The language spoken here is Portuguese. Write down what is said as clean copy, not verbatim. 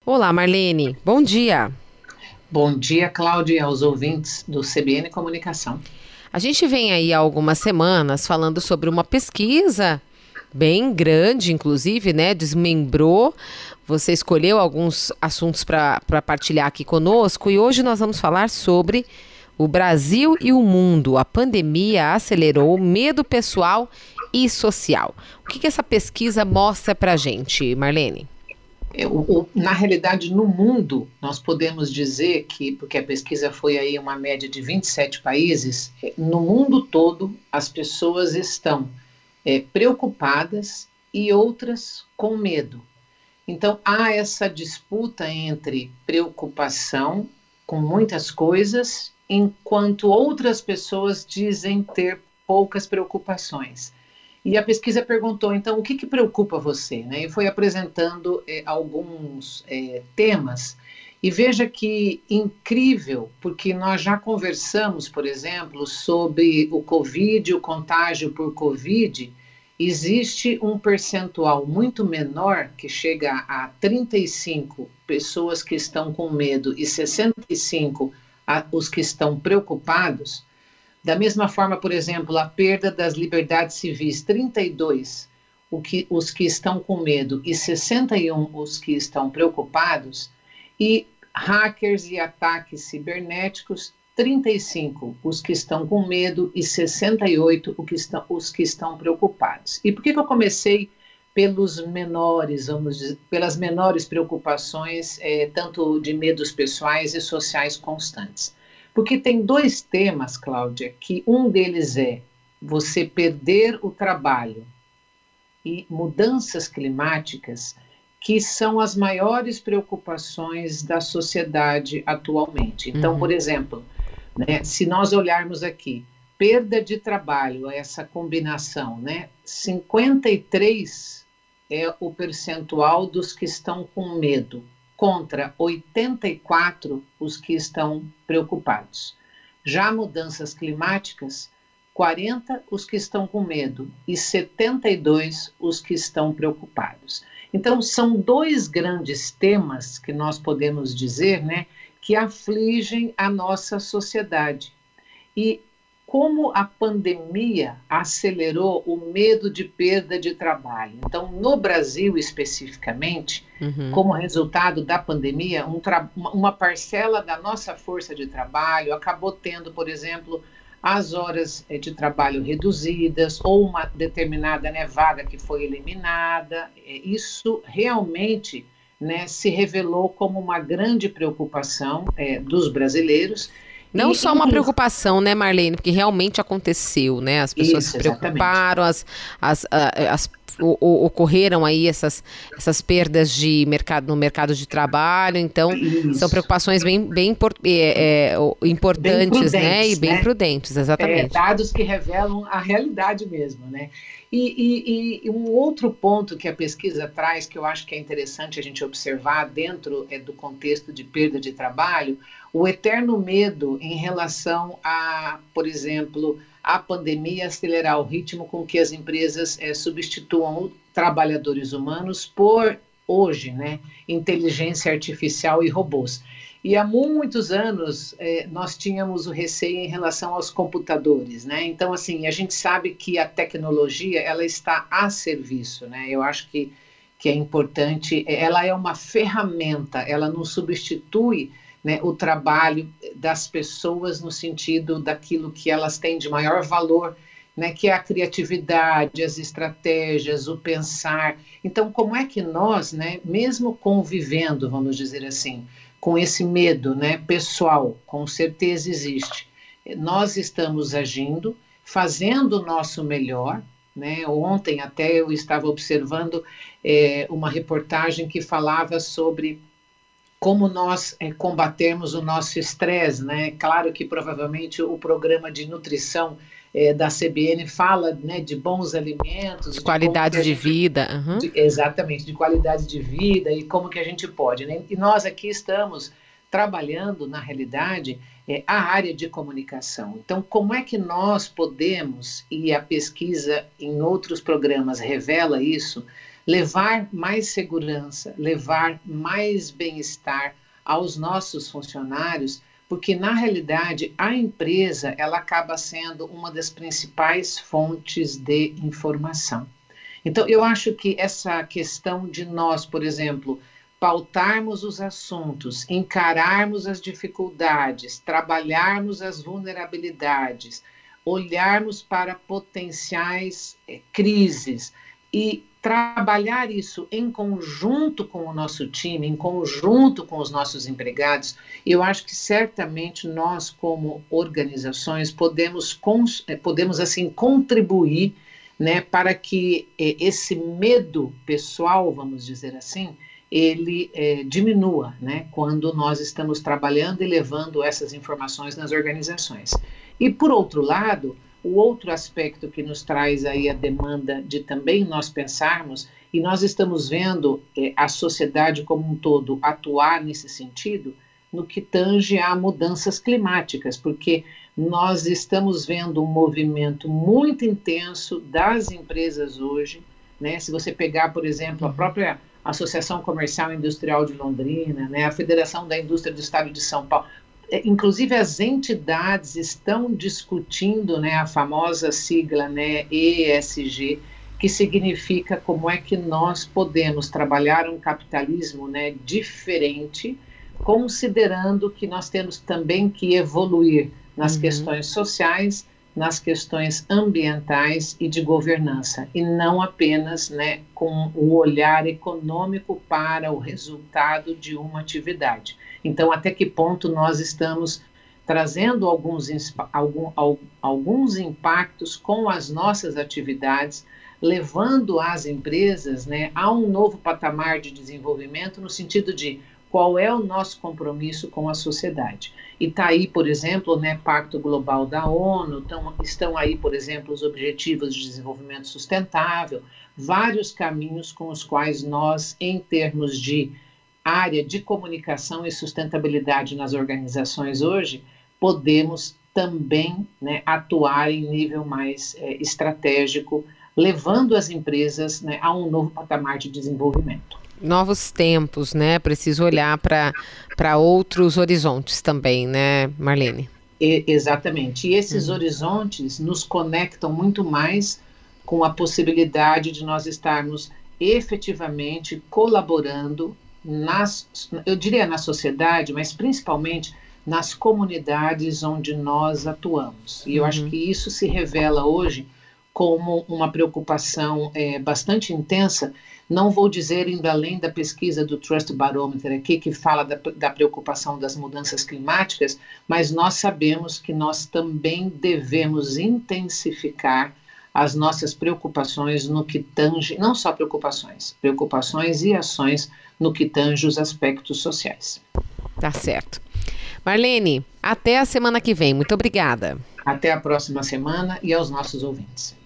Olá, Marlene. Bom dia. Bom dia, Cláudia, e aos ouvintes do CBN Comunicação. A gente vem aí há algumas semanas falando sobre uma pesquisa bem grande, inclusive, né? Desmembrou. Você escolheu alguns assuntos para partilhar aqui conosco e hoje nós vamos falar sobre o Brasil e o mundo. A pandemia acelerou o medo pessoal e social. O que essa pesquisa mostra para a gente, Marlene? Na realidade, no mundo, nós podemos dizer que, porque a pesquisa foi aí uma média de 27 países, no mundo todo as pessoas estão preocupadas e outras com medo. Então, há essa disputa entre preocupação com muitas coisas, enquanto outras pessoas dizem ter poucas preocupações. E a pesquisa perguntou, então, o que preocupa você? Né? E foi apresentando alguns temas. E veja que incrível, porque nós já conversamos, por exemplo, sobre o Covid, o contágio por Covid. Existe um percentual muito menor, que chega a 35 pessoas que estão com medo e 65 os que estão preocupados. Da mesma forma, por exemplo, a perda das liberdades civis, 32 os que estão com medo e 61 os que estão preocupados, e hackers e ataques cibernéticos, 35 os que estão com medo e 68 os que estão preocupados. E por que eu comecei pelos menores, vamos dizer, pelas menores preocupações, tanto de medos pessoais e sociais constantes? Porque tem dois temas, Cláudia, que um deles é você perder o trabalho e mudanças climáticas, que são as maiores preocupações da sociedade atualmente. Então, por exemplo, né, se nós olharmos aqui, perda de trabalho, essa combinação, né, 53 é o percentual dos que estão com medo, contra 84 os que estão preocupados. Já mudanças climáticas, 40 os que estão com medo e 72 os que estão preocupados. Então, são dois grandes temas que nós podemos dizer, né, que afligem a nossa sociedade. E como a pandemia acelerou o medo de perda de trabalho. Então, no Brasil especificamente, como resultado da pandemia, uma parcela da nossa força de trabalho acabou tendo, por exemplo, as horas de trabalho reduzidas ou uma determinada vaga que foi eliminada. Isso realmente, né, se revelou como uma grande preocupação dos brasileiros. Não só uma preocupação, né, Marlene? Porque realmente aconteceu, né? As pessoas se preocuparam, ocorreram aí essas perdas no mercado de trabalho. Então, são preocupações bem importantes, né? E bem prudentes, exatamente. Dados que revelam a realidade mesmo, né? E um outro ponto que a pesquisa traz, que eu acho que é interessante a gente observar dentro do contexto de perda de trabalho, o eterno medo em relação a, por exemplo, a pandemia acelerar o ritmo com que as empresas substituam trabalhadores humanos por, hoje, né, inteligência artificial e robôs. E há muitos anos nós tínhamos o receio em relação aos computadores, né? Então, assim, a gente sabe que a tecnologia ela está a serviço, né? Eu acho que é importante, ela é uma ferramenta, ela não substitui, né, o trabalho das pessoas no sentido daquilo que elas têm de maior valor, né, que é a criatividade, as estratégias, o pensar. Então, como é que nós, né, mesmo convivendo, vamos dizer assim, com esse medo, né, pessoal, com certeza existe, nós estamos agindo, fazendo o nosso melhor, né? Ontem até eu estava observando uma reportagem que falava sobre como nós combatermos o nosso estresse, né? Claro que provavelmente o programa de nutrição da CBN fala, né, de bons alimentos, de qualidade de vida. Exatamente, de qualidade de vida e como que a gente pode, né? E nós aqui estamos trabalhando, na realidade, a área de comunicação. Então, como é que nós podemos, e a pesquisa em outros programas revela isso, levar mais segurança, levar mais bem-estar aos nossos funcionários, porque na realidade a empresa ela acaba sendo uma das principais fontes de informação. Então eu acho que essa questão de nós, por exemplo, pautarmos os assuntos, encararmos as dificuldades, trabalharmos as vulnerabilidades, olharmos para potenciais crises e trabalhar isso em conjunto com o nosso time, em conjunto com os nossos empregados, eu acho que certamente nós, como organizações, podemos assim, contribuir, né, para que esse medo pessoal, vamos dizer assim, ele diminua, né, quando nós estamos trabalhando e levando essas informações nas organizações. E, por outro lado, o outro aspecto que nos traz aí a demanda de também nós pensarmos, e nós estamos vendo a sociedade como um todo atuar nesse sentido, no que tange a mudanças climáticas, porque nós estamos vendo um movimento muito intenso das empresas hoje, né? Se você pegar, por exemplo, a própria Associação Comercial e Industrial de Londrina, né? A Federação da Indústria do Estado de São Paulo, inclusive as entidades estão discutindo, né, a famosa sigla, né, ESG, que significa como é que nós podemos trabalhar um capitalismo, né, diferente, considerando que nós temos também que evoluir nas questões sociais, nas questões ambientais e de governança, e não apenas, né, com o olhar econômico para o resultado de uma atividade. Então, até que ponto nós estamos trazendo alguns impactos com as nossas atividades, levando as empresas, né, a um novo patamar de desenvolvimento, no sentido de qual é o nosso compromisso com a sociedade. E está aí, por exemplo, né, Pacto Global da ONU, estão aí, por exemplo, os Objetivos de Desenvolvimento Sustentável, vários caminhos com os quais nós, em termos de área de comunicação e sustentabilidade nas organizações hoje, podemos também, né, atuar em nível mais estratégico, levando as empresas, né, a um novo patamar de desenvolvimento. Novos tempos, né? Preciso olhar para outros horizontes também, né, Marlene? Exatamente. E esses horizontes nos conectam muito mais com a possibilidade de nós estarmos efetivamente colaborando eu diria na sociedade, mas principalmente nas comunidades onde nós atuamos. E eu acho que isso se revela hoje como uma preocupação bastante intensa. Não vou dizer indo além da pesquisa do Trust Barometer aqui, que fala da preocupação das mudanças climáticas, mas nós sabemos que nós também devemos intensificar as nossas preocupações no que tange, não só preocupações e ações no que tange os aspectos sociais. Tá certo. Marlene, até a semana que vem. Muito obrigada. Até a próxima semana e aos nossos ouvintes.